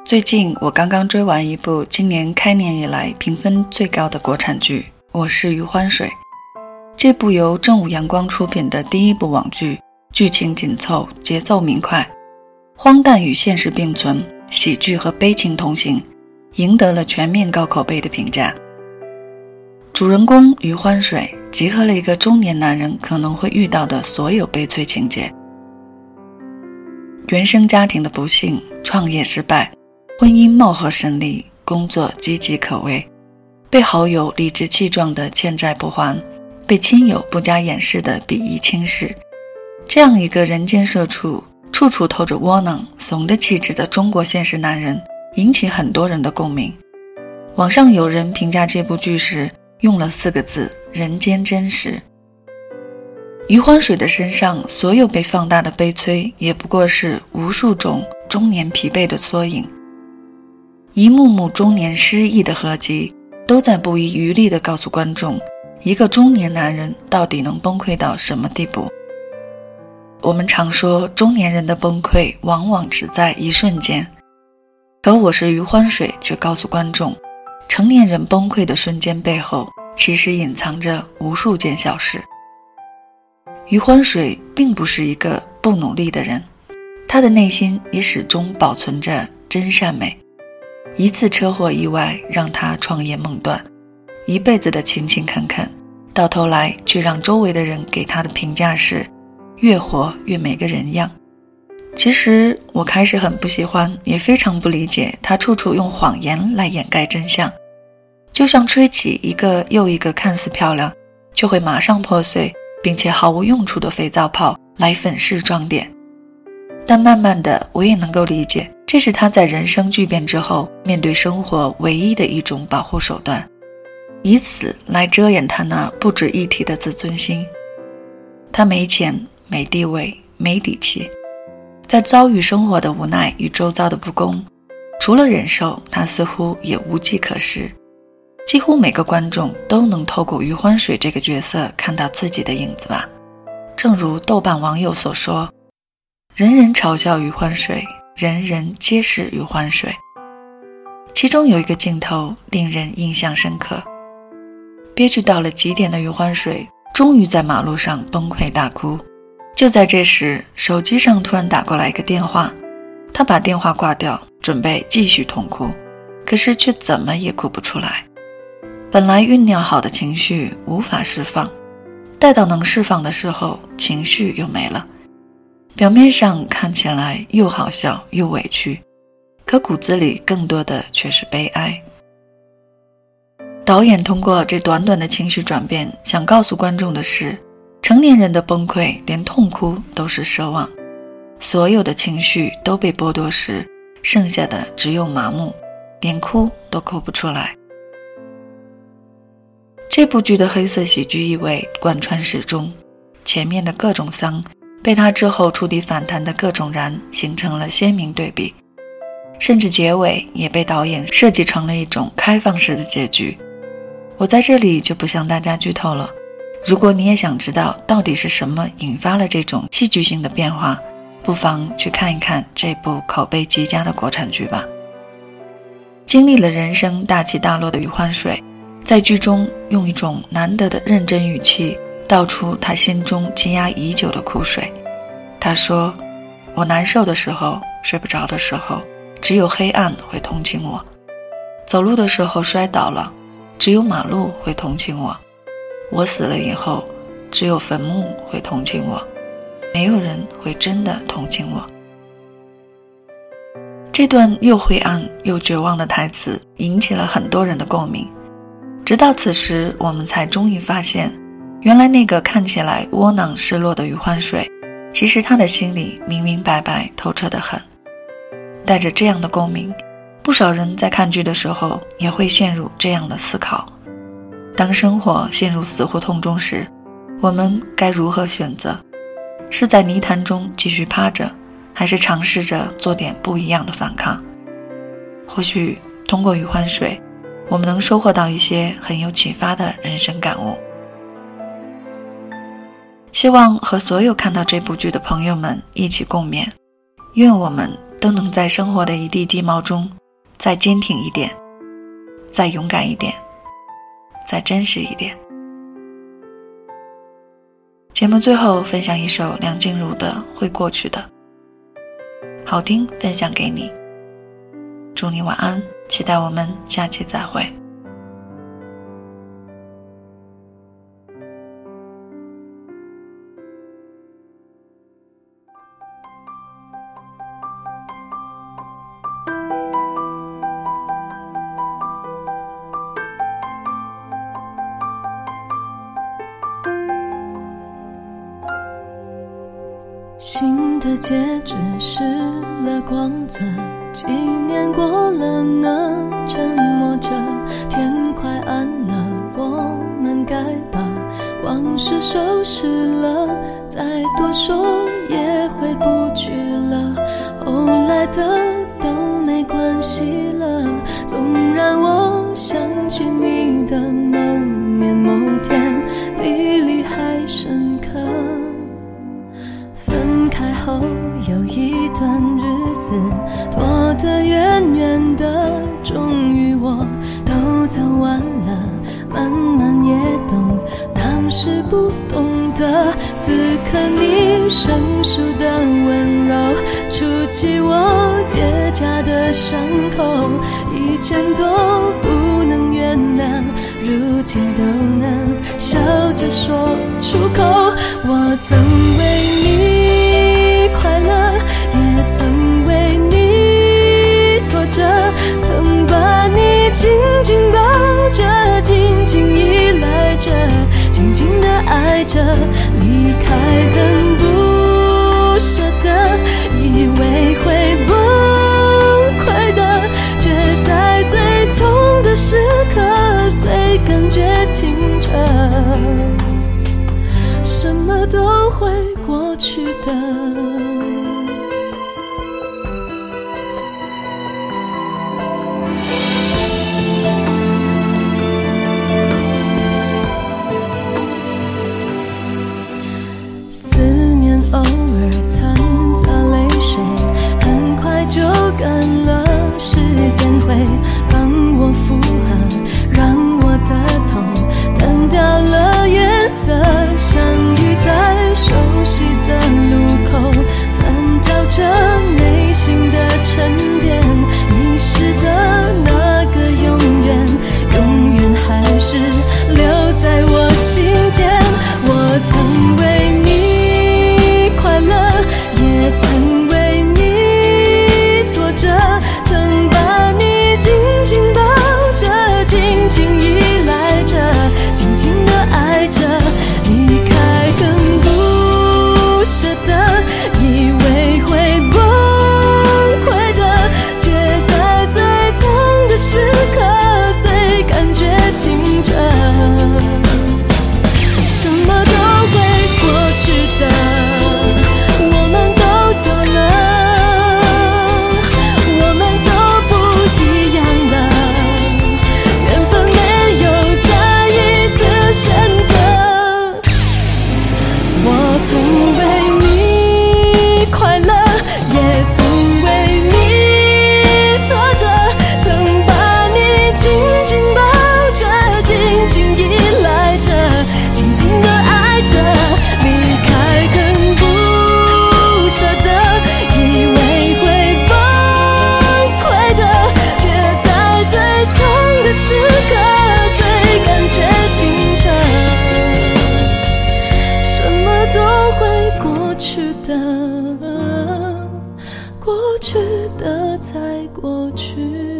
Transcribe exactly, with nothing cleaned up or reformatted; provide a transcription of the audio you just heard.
最近我刚刚追完一部今年开年以来评分最高的国产剧《我是余欢水》。这部由正午阳光出品的第一部网剧，剧情紧凑，节奏明快，荒诞与现实并存，喜剧和悲情同行，赢得了全面高口碑的评价。主人公余欢水集合了一个中年男人可能会遇到的所有悲催情节：原生家庭的不幸，创业失败，婚姻貌合神离，工作岌岌可危，被好友理直气壮的欠债不还，被亲友不加掩饰的鄙夷轻视。这样一个人间社畜，处处透着窝囊怂的气质的中国现实男人，引起很多人的共鸣。网上有人评价这部剧时用了四个字：人间真实。余欢水的身上所有被放大的悲催，也不过是无数种中年疲惫的缩影。一幕幕中年失意的合集，都在不遗余力地告诉观众，一个中年男人到底能崩溃到什么地步。我们常说中年人的崩溃往往只在一瞬间，可我是余欢水却告诉观众，成年人崩溃的瞬间背后，其实隐藏着无数件小事。余欢水并不是一个不努力的人，他的内心也始终保存着真善美。一次车祸意外让他创业梦断，一辈子的勤勤恳恳，到头来却让周围的人给他的评价是越活越没个人样。其实我开始很不喜欢，也非常不理解他处处用谎言来掩盖真相，就像吹起一个又一个看似漂亮却会马上破碎并且毫无用处的肥皂泡来粉饰装点。但慢慢的我也能够理解，这是他在人生巨变之后面对生活唯一的一种保护手段，以此来遮掩他那不值一提的自尊心。他没钱，没地位，没底气，在遭遇生活的无奈与周遭的不公，除了忍受，他似乎也无计可施。几乎每个观众都能透过余欢水这个角色看到自己的影子吧。正如豆瓣网友所说，人人嘲笑余欢水，人人皆是余欢水。其中有一个镜头令人印象深刻，憋屈到了极点的余欢水终于在马路上崩溃大哭。就在这时，手机上突然打过来一个电话，他把电话挂掉，准备继续痛哭，可是却怎么也哭不出来。本来酝酿好的情绪无法释放，待到能释放的时候，情绪又没了。表面上看起来又好笑又委屈，可骨子里更多的却是悲哀。导演通过这短短的情绪转变，想告诉观众的是，成年人的崩溃连痛哭都是奢望，所有的情绪都被剥夺时，剩下的只有麻木，连哭都哭不出来。这部剧的黑色喜剧意味贯穿始终，前面的各种丧被他之后触底反弹的各种燃形成了鲜明对比，甚至结尾也被导演设计成了一种开放式的结局。我在这里就不向大家剧透了，如果你也想知道到底是什么引发了这种戏剧性的变化，不妨去看一看这部口碑极佳的国产剧吧。经历了人生大起大落的余欢水，在剧中用一种难得的认真语气道出他心中积压已久的苦水。他说，我难受的时候，睡不着的时候，只有黑暗会同情我；走路的时候摔倒了，只有马路会同情我；我死了以后，只有坟墓会同情我，没有人会真的同情我。这段又灰暗又绝望的台词引起了很多人的共鸣，直到此时我们才终于发现，原来那个看起来窝囊失落的余欢水，其实他的心里明明白白透彻得很。带着这样的共鸣，不少人在看剧的时候也会陷入这样的思考：当生活陷入死胡同中时，我们该如何选择？是在泥潭中继续趴着，还是尝试着做点不一样的反抗？或许通过余欢水，我们能收获到一些很有启发的人生感悟。希望和所有看到这部剧的朋友们一起共勉，愿我们都能在生活的一地鸡毛中再坚挺一点，再勇敢一点，再真实一点。节目最后分享一首梁静茹的《会过去的》，好听分享给你。祝你晚安，期待我们下期再会。 新的戒指失了光泽，几年过了呢，沉默着，天快暗了，我们该把往事收拾了，再多说也回不去了，后来的都没关系了，总让我想起你的某年某天，历历还深刻。分开后有一段日子，躲得远远的，终于我都走完了，慢慢也懂当时不懂的，此刻你生疏的温柔，触及我结痂的伤口，以前都不能原谅，如今都能笑着说出口。我曾为你快乐，也曾为你挫折，曾把你紧紧抱着，紧紧依赖着，紧紧地爱着，离开很不舍得，以为会崩溃的，却在最痛的时刻最感觉清澈，什么都会过去的。思念偶尔掺杂泪水，很快就干了，时间会帮我复合，让我的痛淡掉了颜色，相遇在熟悉的路口，翻找着内心的沉淀，遗失的那个永远，永远还是留在我心间。我曾为你快乐，也曾为你挫折，曾把你紧紧抱着，紧紧依赖着，紧紧地爱着，离开很不舍得，以为会崩溃的，却在最痛的时刻最感觉清澈，什么都会过去的，我们都走了，我们都不一样了，缘分没有再一次选择。我曾为你快乐，也曾为你挫折，曾把你紧紧抱着，紧紧依赖着，紧紧地爱着，离开更不舍得，以为会崩溃的，却在最痛的时刻最感觉清澈，什么都会过去的，过去的才过去。